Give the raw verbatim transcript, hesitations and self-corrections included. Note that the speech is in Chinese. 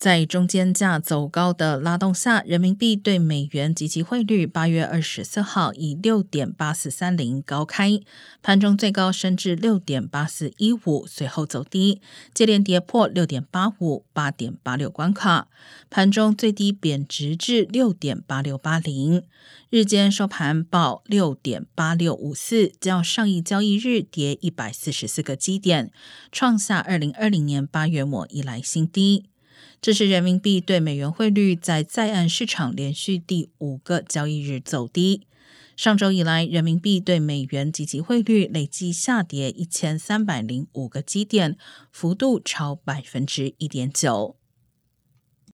在中间价走高的拉动下，人民币对美元即期汇率八月二十四号以 六点八四三零 高开，盘中最高升至 六点八四一五， 随后走低，接连跌破 六点八五、八点八六 关卡，盘中最低贬值至 六点八六八零， 日间收盘报 六点八六五四， 较上一交易日跌一百四十四个基点，创下二零二零年八月末以来新低。这是人民币对美元汇率在在岸市场连续第五个交易日走低。上周以来，人民币对美元即期汇率累计下跌一千三百零五个基点，幅度超 百分之一点九。